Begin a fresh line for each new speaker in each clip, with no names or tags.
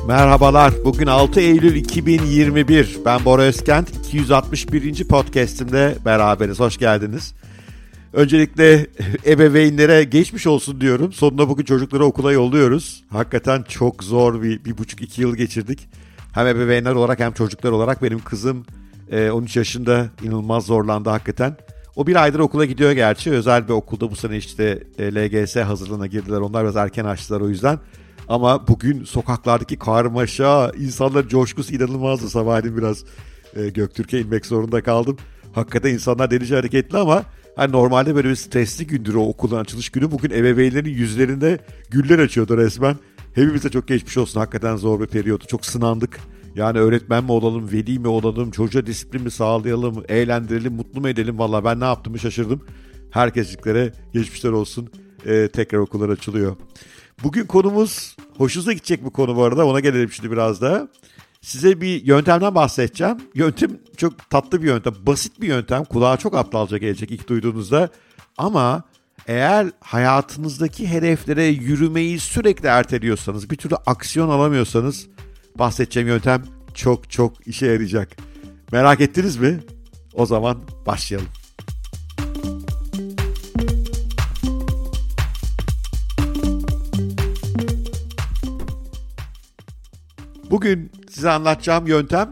Merhabalar, bugün 6 Eylül 2021. Ben Bora Özkent, 261. podcastimde beraberiz. Hoş geldiniz. Öncelikle ebeveynlere geçmiş olsun diyorum. Sonunda bugün çocukları okula yolluyoruz. Hakikaten çok zor bir buçuk iki yıl geçirdik. Hem ebeveynler olarak hem çocuklar olarak. Benim kızım 13 yaşında, inanılmaz zorlandı hakikaten. O bir aydır okula gidiyor gerçi. Özel bir okulda bu sene işte LGS hazırlığına girdiler. Onlar biraz erken açtılar o yüzden. Ama bugün sokaklardaki karmaşa, insanların coşkusu inanılmazdı. Sabahleyin biraz Göktürk'e inmek zorunda kaldım. Hakikaten insanlar delice hareketli ama hani normalde böyle bir stresli gündür o okulun açılış günü. Bugün ebeveynlerin yüzlerinde güller açıyordu resmen. Hepimize çok geçmiş olsun. Hakikaten zor bir periyodu. Çok sınandık. Yani öğretmen mi olalım, veli mi olalım, çocuğa disiplin mi sağlayalım, eğlendirelim, mutlu mu edelim? Valla ben ne yaptığımı şaşırdım. Herkesliklere geçmişler olsun. Tekrar okullar açılıyor. Bugün konumuz hoşunuza gidecek bir konu bu arada. Ona gelelim şimdi biraz daha. Size bir yöntemden bahsedeceğim. Yöntem çok tatlı bir yöntem. Basit bir yöntem. Kulağa çok aptalca gelecek ilk duyduğunuzda. Ama eğer hayatınızdaki hedeflere yürümeyi sürekli erteliyorsanız, bir türlü aksiyon alamıyorsanız bahsedeceğim yöntem çok çok işe yarayacak. Merak ettiniz mi? O zaman başlayalım. Bugün size anlatacağım yöntem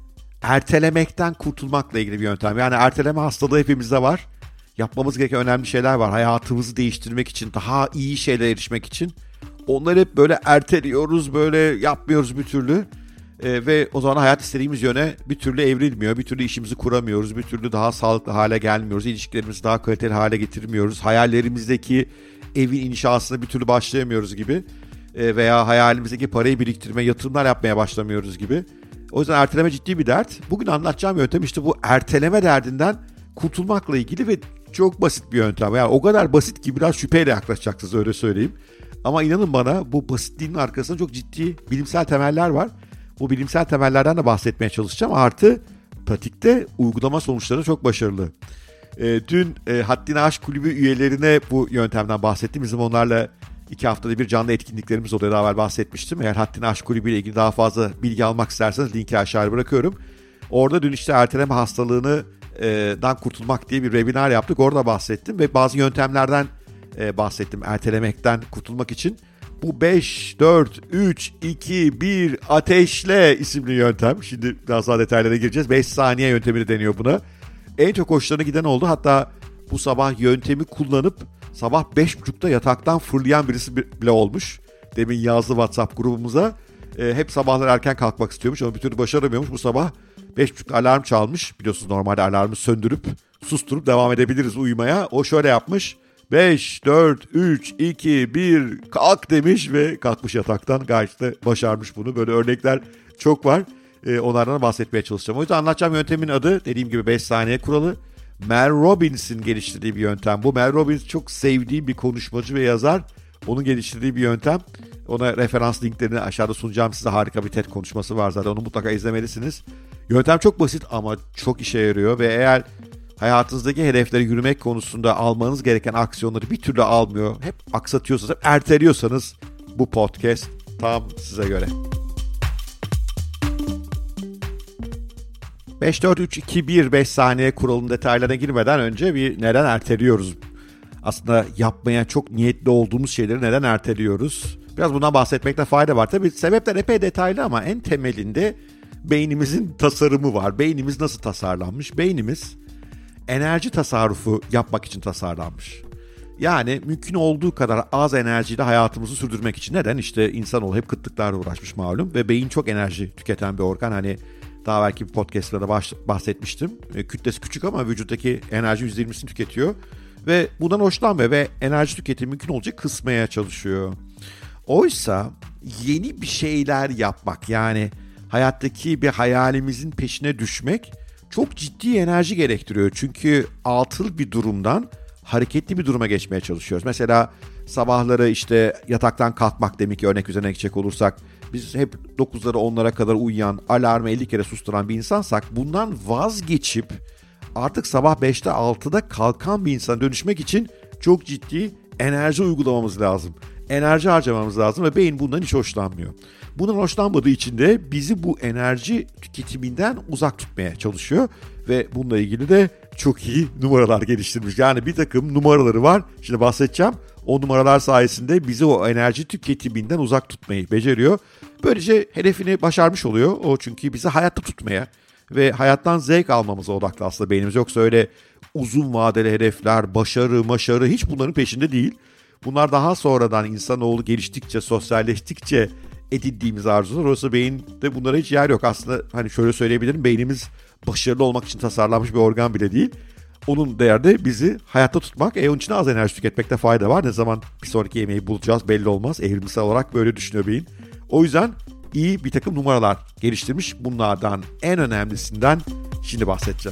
ertelemekten kurtulmakla ilgili bir yöntem. Yani erteleme hastalığı hepimizde var. Yapmamız gereken önemli şeyler var. Hayatımızı değiştirmek için, daha iyi şeylere erişmek için. Onları hep böyle erteliyoruz, böyle yapmıyoruz bir türlü. Ve o zaman hayat istediğimiz yöne bir türlü evrilmiyor. Bir türlü işimizi kuramıyoruz. Bir türlü daha sağlıklı hale gelmiyoruz. İlişkilerimizi daha kaliteli hale getirmiyoruz. Hayallerimizdeki evin inşasına bir türlü başlayamıyoruz gibi. Veya hayalimizdeki parayı biriktirme, yatırımlar yapmaya başlamıyoruz gibi. O yüzden erteleme ciddi bir dert. Bugün anlatacağım yöntem işte bu erteleme derdinden kurtulmakla ilgili ve çok basit bir yöntem. Yani o kadar basit ki biraz şüpheyle yaklaşacaksınız, öyle söyleyeyim. Ama inanın bana, bu basitliğin arkasında çok ciddi bilimsel temeller var. Bu bilimsel temellerden de bahsetmeye çalışacağım. Artı pratikte uygulama sonuçları çok başarılı. Dün Haddini Aşk Kulübü üyelerine bu yöntemden bahsettim. Bizim onlarla 2 haftada bir canlı etkinliklerimiz oluyor. Daha evvel bahsetmiştim. Eğer Haddini Aşk Kulübü ile ilgili daha fazla bilgi almak isterseniz linki aşağıya bırakıyorum. Orada dün işte erteleme hastalığından kurtulmak diye bir webinar yaptık. Orada bahsettim ve bazı yöntemlerden bahsettim ertelemekten kurtulmak için. Bu 5, 4, 3, 2, 1 ateşle isimli yöntem. Şimdi biraz daha detaylara gireceğiz. 5 saniye yöntemi deniyor buna. En çok hoşlarına giden oldu. Hatta bu sabah yöntemi kullanıp sabah 5.30'da yataktan fırlayan birisi bile olmuş. Demin yazdı WhatsApp grubumuza. Hep sabahlar erken kalkmak istiyormuş ama bir türlü başaramıyormuş. Bu sabah 5.30'da alarm çalmış. Biliyorsunuz normalde alarmı söndürüp susturup devam edebiliriz uyumaya. O şöyle yapmış. 5, 4, 3, 2, 1 kalk demiş ve kalkmış yataktan. Gayet de başarmış bunu. Böyle örnekler çok var. Onlardan bahsetmeye çalışacağım. O yüzden anlatacağım yöntemin adı dediğim gibi 5 saniye kuralı. Mel Robbins'in geliştirdiği bir yöntem. Bu Mel Robbins çok sevdiğim bir konuşmacı ve yazar. Onun geliştirdiği bir yöntem. Ona referans linklerini aşağıda sunacağım size. Harika bir TED konuşması var zaten. Onu mutlaka izlemelisiniz. Yöntem çok basit ama çok işe yarıyor ve eğer hayatınızdaki hedeflere yürümek konusunda almanız gereken aksiyonları bir türlü almıyor, hep aksatıyorsanız, hep erteliyorsanız bu podcast tam size göre. 5, 4, 3, 2, 1, 5 saniye kuralının detaylarına girmeden önce bir neden erteliyoruz? Aslında yapmaya çok niyetli olduğumuz şeyleri neden erteliyoruz? Biraz bundan bahsetmekte fayda var. Tabii sebepler epey detaylı ama en temelinde beynimizin tasarımı var. Beynimiz nasıl tasarlanmış? Beynimiz enerji tasarrufu yapmak için tasarlanmış. Yani mümkün olduğu kadar az enerjiyle hayatımızı sürdürmek için. Neden? İşte insanoğlu hep kıtlıklarla uğraşmış malum ve beyin çok enerji tüketen bir organ. Hani daha belki bir podcast'larda bahsetmiştim. Kütlesi küçük ama vücuttaki enerji %20'sini tüketiyor. Ve bundan hoşlanmıyor ve enerji tüketimi mümkün olacak kısmaya çalışıyor. Oysa yeni bir şeyler yapmak, yani hayattaki bir hayalimizin peşine düşmek çok ciddi enerji gerektiriyor. Çünkü atıl bir durumdan hareketli bir duruma geçmeye çalışıyoruz. Mesela sabahları işte yataktan kalkmak, demek ki örnek üzerine gidecek olursak, biz hep 9'lara 10'lara kadar uyuyan, alarmı 50 kere susturan bir insansak bundan vazgeçip artık sabah 5'te 6'da kalkan bir insana dönüşmek için çok ciddi enerji uygulamamız lazım. Enerji harcamamız lazım ve beyin bundan hiç hoşlanmıyor. Bundan hoşlanmadığı için de bizi bu enerji tüketiminden uzak tutmaya çalışıyor. Ve bununla ilgili de çok iyi numaralar geliştirmiş. Yani bir takım numaraları var. Şimdi bahsedeceğim. O numaralar sayesinde bizi o enerji tüketiminden uzak tutmayı beceriyor. Böylece hedefini başarmış oluyor. O çünkü bizi hayatta tutmaya ve hayattan zevk almamıza odaklı aslında beynimiz. Yoksa öyle uzun vadeli hedefler, başarı hiç bunların peşinde değil. Bunlar daha sonradan insanoğlu geliştikçe, sosyalleştikçe edindiğimiz arzular. Oysa beyinde bunlara hiç yer yok. Aslında hani şöyle söyleyebilirim, beynimiz başarılı olmak için tasarlanmış bir organ bile değil. Onun derdi bizi hayatta tutmak. Onun için az enerji tüketmekte fayda var. Ne zaman bir sonraki yemeği bulacağız belli olmaz. Evrimsel olarak böyle düşünüyor beyin. O yüzden iyi bir takım numaralar geliştirmiş. Bunlardan en önemlisinden şimdi bahsedeceğim.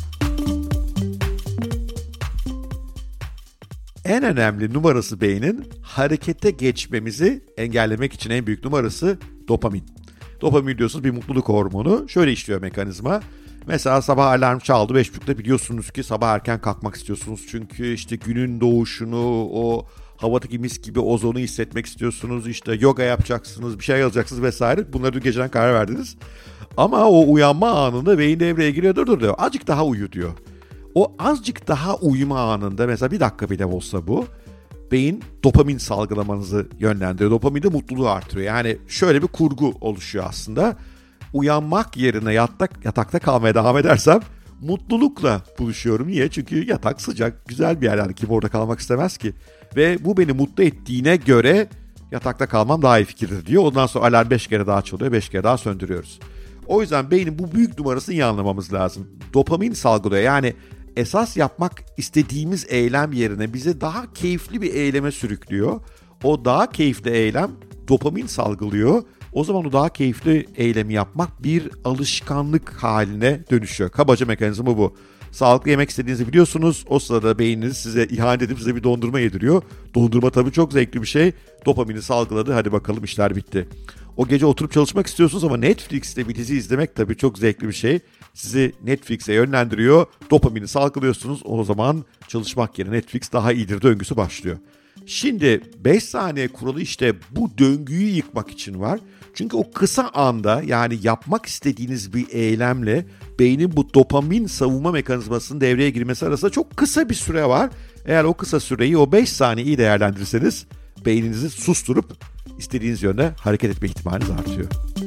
En önemli numarası beynin harekete geçmemizi engellemek için en büyük numarası dopamin. Dopamin biliyorsunuz bir mutluluk hormonu. Şöyle işliyor mekanizma. Mesela sabah alarm çaldı 5.30'da, biliyorsunuz ki sabah erken kalkmak istiyorsunuz. Çünkü işte günün doğuşunu, o havadaki mis gibi ozonu hissetmek istiyorsunuz. İşte yoga yapacaksınız, bir şey alacaksınız vesaire. Bunları dün geceden karar verdiniz. Ama o uyanma anında beyin devreye giriyor. Dur diyor. Azıcık daha uyu diyor. O azıcık daha uyuma anında, mesela bir dakika bile olsa bu, beyin dopamin salgılamanızı yönlendiriyor. Dopamin de mutluluğu artırıyor. Yani şöyle bir kurgu oluşuyor aslında. Uyanmak yerine yatakta kalmaya devam edersem mutlulukla buluşuyorum. Niye? Çünkü yatak sıcak, güzel bir yer. Yani kim orada kalmak istemez ki? Ve bu beni mutlu ettiğine göre yatakta kalmam daha iyi fikirdir diyor. Ondan sonra alarm 5 kere daha çalıyor, 5 kere daha söndürüyoruz. O yüzden beynin bu büyük numarasını iyi anlamamız lazım. Dopamin salgılıyor. Yani esas yapmak istediğimiz eylem yerine bize daha keyifli bir eyleme sürüklüyor. O daha keyifli eylem dopamin salgılıyor. O zaman o daha keyifli eylemi yapmak bir alışkanlık haline dönüşüyor. Kabaca mekanizma bu. Sağlıklı yemek istediğinizi biliyorsunuz. O sırada beyniniz size ihanet edip size bir dondurma yediriyor. Dondurma tabii çok zevkli bir şey. Dopamini salgıladı. Hadi bakalım, işler bitti. O gece oturup çalışmak istiyorsunuz ama Netflix'te bir dizi izlemek tabii çok zevkli bir şey. Sizi Netflix'e yönlendiriyor. Dopamini salgılıyorsunuz. O zaman çalışmak yerine Netflix daha iyidir döngüsü başlıyor. Şimdi 5 saniye kuralı işte bu döngüyü yıkmak için var. Çünkü o kısa anda, yani yapmak istediğiniz bir eylemle beynin bu dopamin savunma mekanizmasının devreye girmesi arasında çok kısa bir süre var. Eğer o kısa süreyi, o 5 saniyeyi değerlendirirseniz beyninizi susturup istediğiniz yönde hareket etme ihtimaliniz artıyor.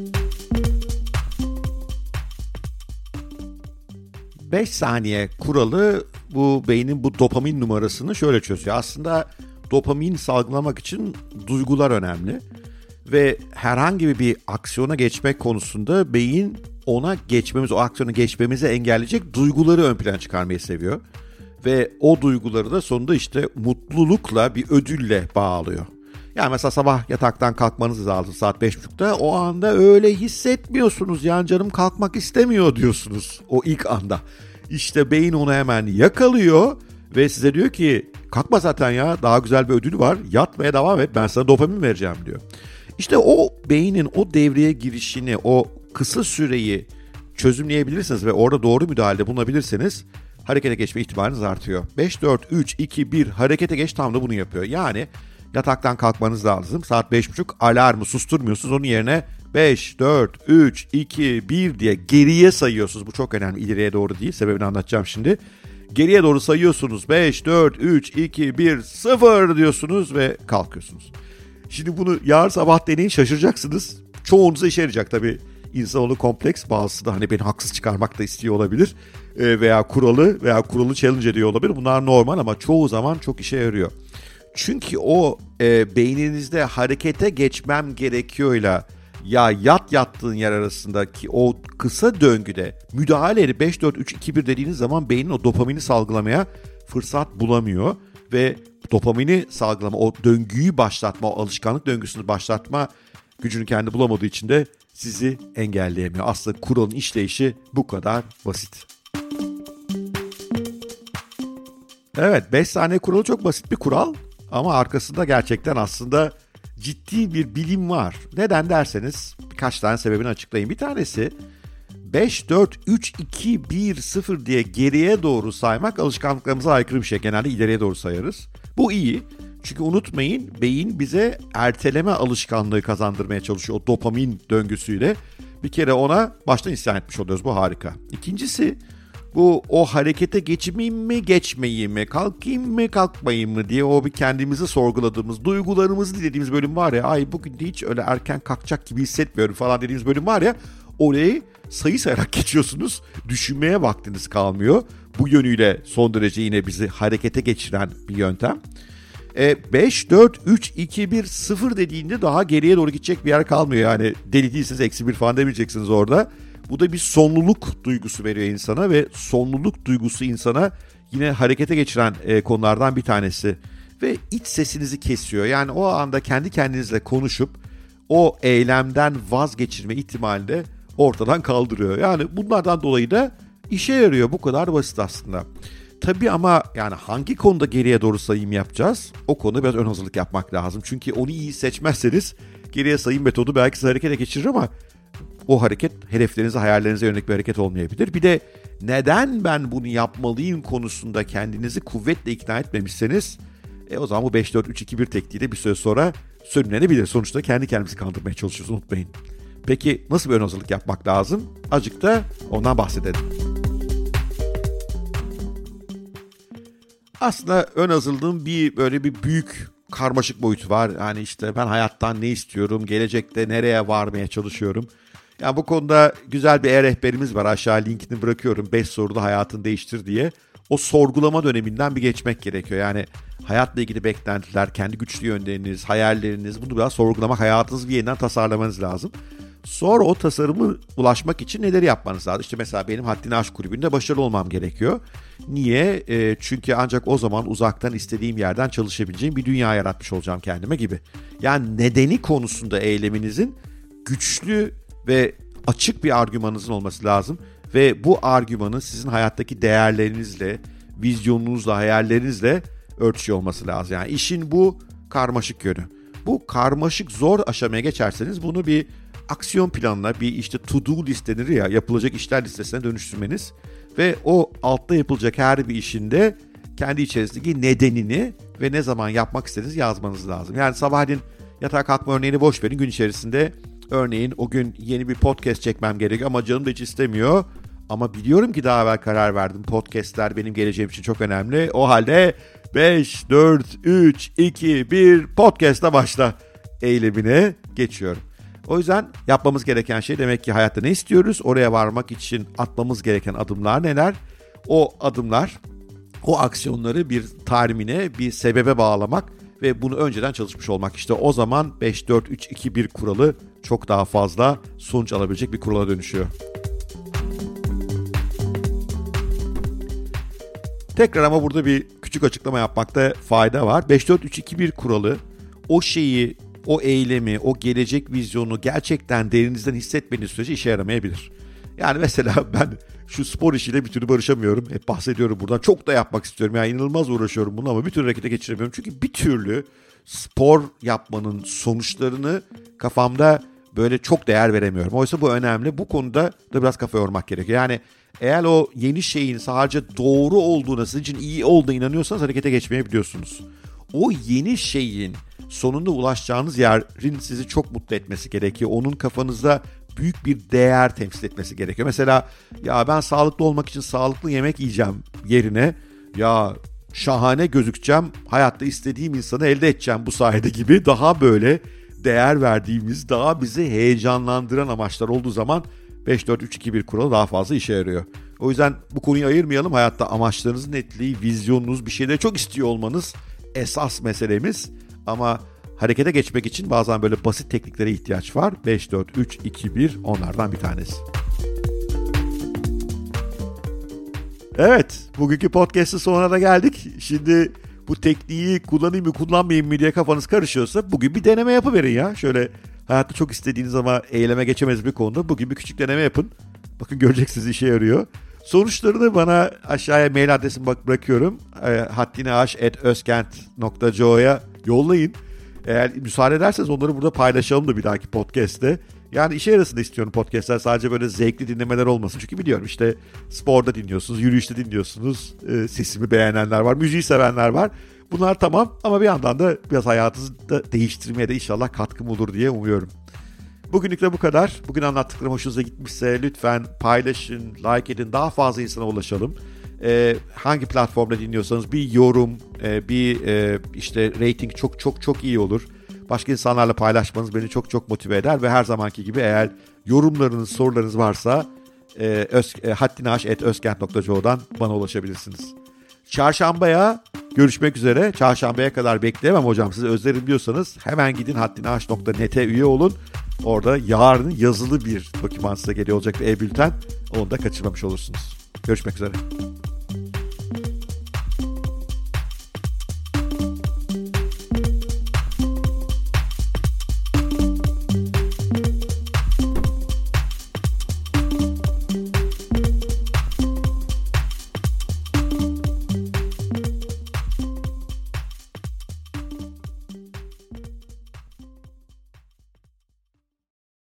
5 saniye kuralı bu beynin bu dopamin numarasını şöyle çözüyor. Aslında dopamin salgılamak için duygular önemli. Ve herhangi bir aksiyona geçmek konusunda beyin o aksiyona geçmemizi engelleyecek duyguları ön plana çıkarmayı seviyor. Ve o duyguları da sonunda işte mutlulukla, bir ödülle bağlıyor. Yani mesela sabah yataktan kalkmanız lazım saat 5.30'da. O anda öyle hissetmiyorsunuz. Yani canım kalkmak istemiyor diyorsunuz o ilk anda. İşte beyin onu hemen yakalıyor ve size diyor ki kalkma zaten ya, daha güzel bir ödül var. Yatmaya devam et, ben sana dopamin vereceğim diyor. İşte o beynin o devreye girişini, o kısa süreyi çözümleyebilirsiniz ve orada doğru müdahalede bulunabilirseniz harekete geçme ihtimaliniz artıyor. 5, 4, 3, 2, 1 harekete geç tam da bunu yapıyor. Yani yataktan kalkmanız lazım. Saat 5.30, alarmı susturmuyorsunuz. Onun yerine 5, 4, 3, 2, 1 diye geriye sayıyorsunuz. Bu çok önemli. İleriye doğru değil. Sebebini anlatacağım şimdi. Geriye doğru sayıyorsunuz. 5, 4, 3, 2, 1, 0 diyorsunuz ve kalkıyorsunuz. Şimdi bunu yarın sabah deneyin, şaşıracaksınız. Çoğunuza işe yarayacak tabii. İnsanoğlu kompleks, bazısı da hani beni haksız çıkarmak da istiyor olabilir. Veya kuralı challenge ediyor olabilir. Bunlar normal ama çoğu zaman çok işe yarıyor. Çünkü o beyninizde harekete geçmem gerekiyorla yattığın yer arasındaki o kısa döngüde müdahale edip 5, 4, 3, 2, 1 dediğiniz zaman beynin o dopamini salgılamaya fırsat bulamıyor. Ve dopamini salgılama, o döngüyü başlatma, o alışkanlık döngüsünü başlatma gücünü kendi bulamadığı için de sizi engelleyemiyor. Aslında kuralın işleyişi bu kadar basit. Evet, 5 saniye kuralı çok basit bir kural ama arkasında gerçekten aslında ciddi bir bilim var. Neden derseniz birkaç tane sebebini açıklayayım. Bir tanesi 5, 4, 3, 2, 1, 0 diye geriye doğru saymak alışkanlıklarımıza aykırı bir şey. Genelde ileriye doğru sayarız. Bu iyi. Çünkü unutmayın, beyin bize erteleme alışkanlığı kazandırmaya çalışıyor o dopamin döngüsüyle. Bir kere ona baştan isyan etmiş oluyoruz. Bu harika. İkincisi, bu o harekete geçmeyeyim mi, geçmeyeyim mi, kalkayım mı, kalkmayayım mı diye o bir kendimizi sorguladığımız, duygularımızı dinlediğimiz bölüm var ya, ay bugün de hiç öyle erken kalkacak gibi hissetmiyorum falan dediğimiz bölüm var ya, orayı sayı sayarak geçiyorsunuz. Düşünmeye vaktiniz kalmıyor. Bu yönüyle son derece yine bizi harekete geçiren bir yöntem. 5, 4, 3, 2, 1, 0 dediğinde daha geriye doğru gidecek bir yer kalmıyor. Yani deli değilsiniz, eksi 1 falan demeyeceksiniz orada. Bu da bir sonluluk duygusu veriyor insana ve sonluluk duygusu insana yine harekete geçiren konulardan bir tanesi. Ve iç sesinizi kesiyor. Yani o anda kendi kendinizle konuşup o eylemden vazgeçirme ihtimalini de ortadan kaldırıyor. Yani bunlardan dolayı da işe yarıyor. Bu kadar basit aslında. Tabii ama yani hangi konuda geriye doğru sayım yapacağız? O konuda biraz ön hazırlık yapmak lazım. Çünkü onu iyi seçmezseniz geriye sayım metodu belki sizi harekete geçirir ama o hareket hedeflerinize, hayallerinize yönelik bir hareket olmayabilir. Bir de neden ben bunu yapmalıyım konusunda kendinizi kuvvetle ikna etmemişseniz o zaman bu 5-4-3-2-1 tekniği de bir süre sonra sönümlenebilir. Sonuçta kendi kendimizi kandırmaya çalışıyoruz, unutmayın. Peki nasıl bir ön hazırlık yapmak lazım? Azıcık da ondan bahsedelim. Aslında ön hazırlığın böyle bir büyük karmaşık boyutu var. Yani işte ben hayattan ne istiyorum, gelecekte nereye varmaya çalışıyorum. Yani bu konuda güzel bir e-rehberimiz var. Aşağı linkini bırakıyorum. 5 soruda hayatını değiştir diye. O sorgulama döneminden bir geçmek gerekiyor. Yani hayatla ilgili beklentiler, kendi güçlü yönleriniz, hayalleriniz, bunu biraz sorgulamak, hayatınızı bir yeniden tasarlamanız lazım. Sonra o tasarımı ulaşmak için neleri yapmanız lazım? İşte mesela benim Haddini Aşk Kulübü'nde başarılı olmam gerekiyor. Niye? Çünkü ancak o zaman uzaktan istediğim yerden çalışabileceğim bir dünya yaratmış olacağım kendime gibi. Yani nedeni konusunda eyleminizin güçlü ve açık bir argümanınızın olması lazım. Ve bu argümanın sizin hayattaki değerlerinizle, vizyonunuzla, hayallerinizle örtüşüyor olması lazım. Yani işin bu karmaşık yönü. Bu karmaşık zor aşamaya geçerseniz bunu bir aksiyon planına, bir işte to do list denir ya, yapılacak işler listesine dönüştürmeniz ve o altta yapılacak her bir işin de kendi içerisindeki nedenini ve ne zaman yapmak istediğinizi yazmanız lazım. Yani sabahleyin yatağa kalkma örneğini boş verin, gün içerisinde örneğin o gün yeni bir podcast çekmem gerekiyor ama canım da hiç istemiyor. Ama biliyorum ki daha evvel karar verdim. Podcastler benim geleceğim için çok önemli. O halde 5, 4, 3, 2, 1 podcast'a başla eylemine geçiyorum. O yüzden yapmamız gereken şey demek ki hayatta ne istiyoruz? Oraya varmak için atmamız gereken adımlar neler? O adımlar, o aksiyonları bir tarimine, bir sebebe bağlamak ve bunu önceden çalışmış olmak. İşte o zaman 5-4-3-2-1 kuralı çok daha fazla sonuç alabilecek bir kurala dönüşüyor. Tekrar ama burada bir küçük açıklama yapmakta fayda var. 5-4-3-2-1 kuralı o şeyi, o eylemi, o gelecek vizyonu gerçekten derinizden hissetmediğiniz sürece işe yaramayabilir. Yani mesela ben şu spor işiyle bir türlü barışamıyorum. Hep bahsediyorum buradan. Çok da yapmak istiyorum. Yani inanılmaz uğraşıyorum bunu ama bir türlü harekete geçiremiyorum. Çünkü bir türlü spor yapmanın sonuçlarını kafamda böyle çok değer veremiyorum. Oysa bu önemli. Bu konuda da biraz kafa yormak gerekiyor. Yani eğer o yeni şeyin sadece doğru olduğuna, sizin için iyi olduğuna inanıyorsanız harekete geçmeyebiliyorsunuz. O yeni şeyin sonunda ulaşacağınız yerin sizi çok mutlu etmesi gerekiyor. Onun kafanızda büyük bir değer temsil etmesi gerekiyor. Mesela ya ben sağlıklı olmak için sağlıklı yemek yiyeceğim yerine ya şahane gözükeceğim, hayatta istediğim insanı elde edeceğim bu sayede gibi daha böyle değer verdiğimiz, daha bizi heyecanlandıran amaçlar olduğu zaman 5-4-3-2-1 kuralı daha fazla işe yarıyor. O yüzden bu konuyu ayırmayalım. Hayatta amaçlarınızın netliği, vizyonunuz, bir şeyleri çok istiyor olmanız esas meselemiz. Ama harekete geçmek için bazen böyle basit tekniklere ihtiyaç var. 5-4-3-2-1 onlardan bir tanesi. Evet, bugünkü podcast'ın sonuna da geldik. Şimdi bu tekniği kullanayım mı kullanmayayım mı diye kafanız karışıyorsa bugün bir deneme yapıverin ya. Şöyle hayatta çok istediğiniz ama eyleme geçemez bir konuda bugün bir küçük deneme yapın. Bakın göreceksiniz işe yarıyor. Sonuçlarını bana aşağıya mail adresimi bırakıyorum. haddiniaş@özkent.co'ya yollayın. Eğer müsaade ederseniz onları burada paylaşalım da bir dahaki podcast'te. Yani işe yarasın da istiyorum podcast'ler. Sadece böyle zevkli dinlemeler olmasın. Çünkü biliyorum işte sporda dinliyorsunuz, yürüyüşte dinliyorsunuz. Sesimi beğenenler var, müziği sevenler var. Bunlar tamam ama bir yandan da biraz hayatınızı da değiştirmeye de inşallah katkım olur diye umuyorum. Bugünlük de bu kadar. Bugün anlattıklarım hoşunuza gitmişse lütfen paylaşın, like edin, daha fazla insana ulaşalım. Hangi platformda dinliyorsanız bir yorum, işte rating çok iyi olur. Başka insanlarla paylaşmanız beni çok motive eder ve her zamanki gibi eğer yorumlarınız, sorularınız varsa haddinaş@özkent.co'dan bana ulaşabilirsiniz. Çarşambaya görüşmek üzere. Çarşambaya kadar bekleyemem hocam, sizi özlerim diyorsanız hemen gidin haddinaş.net'e üye olun. Orada yarın yazılı bir doküman size geliyor olacak, bir e-bülten. Onu da kaçırmamış olursunuz. Görüşmek üzere.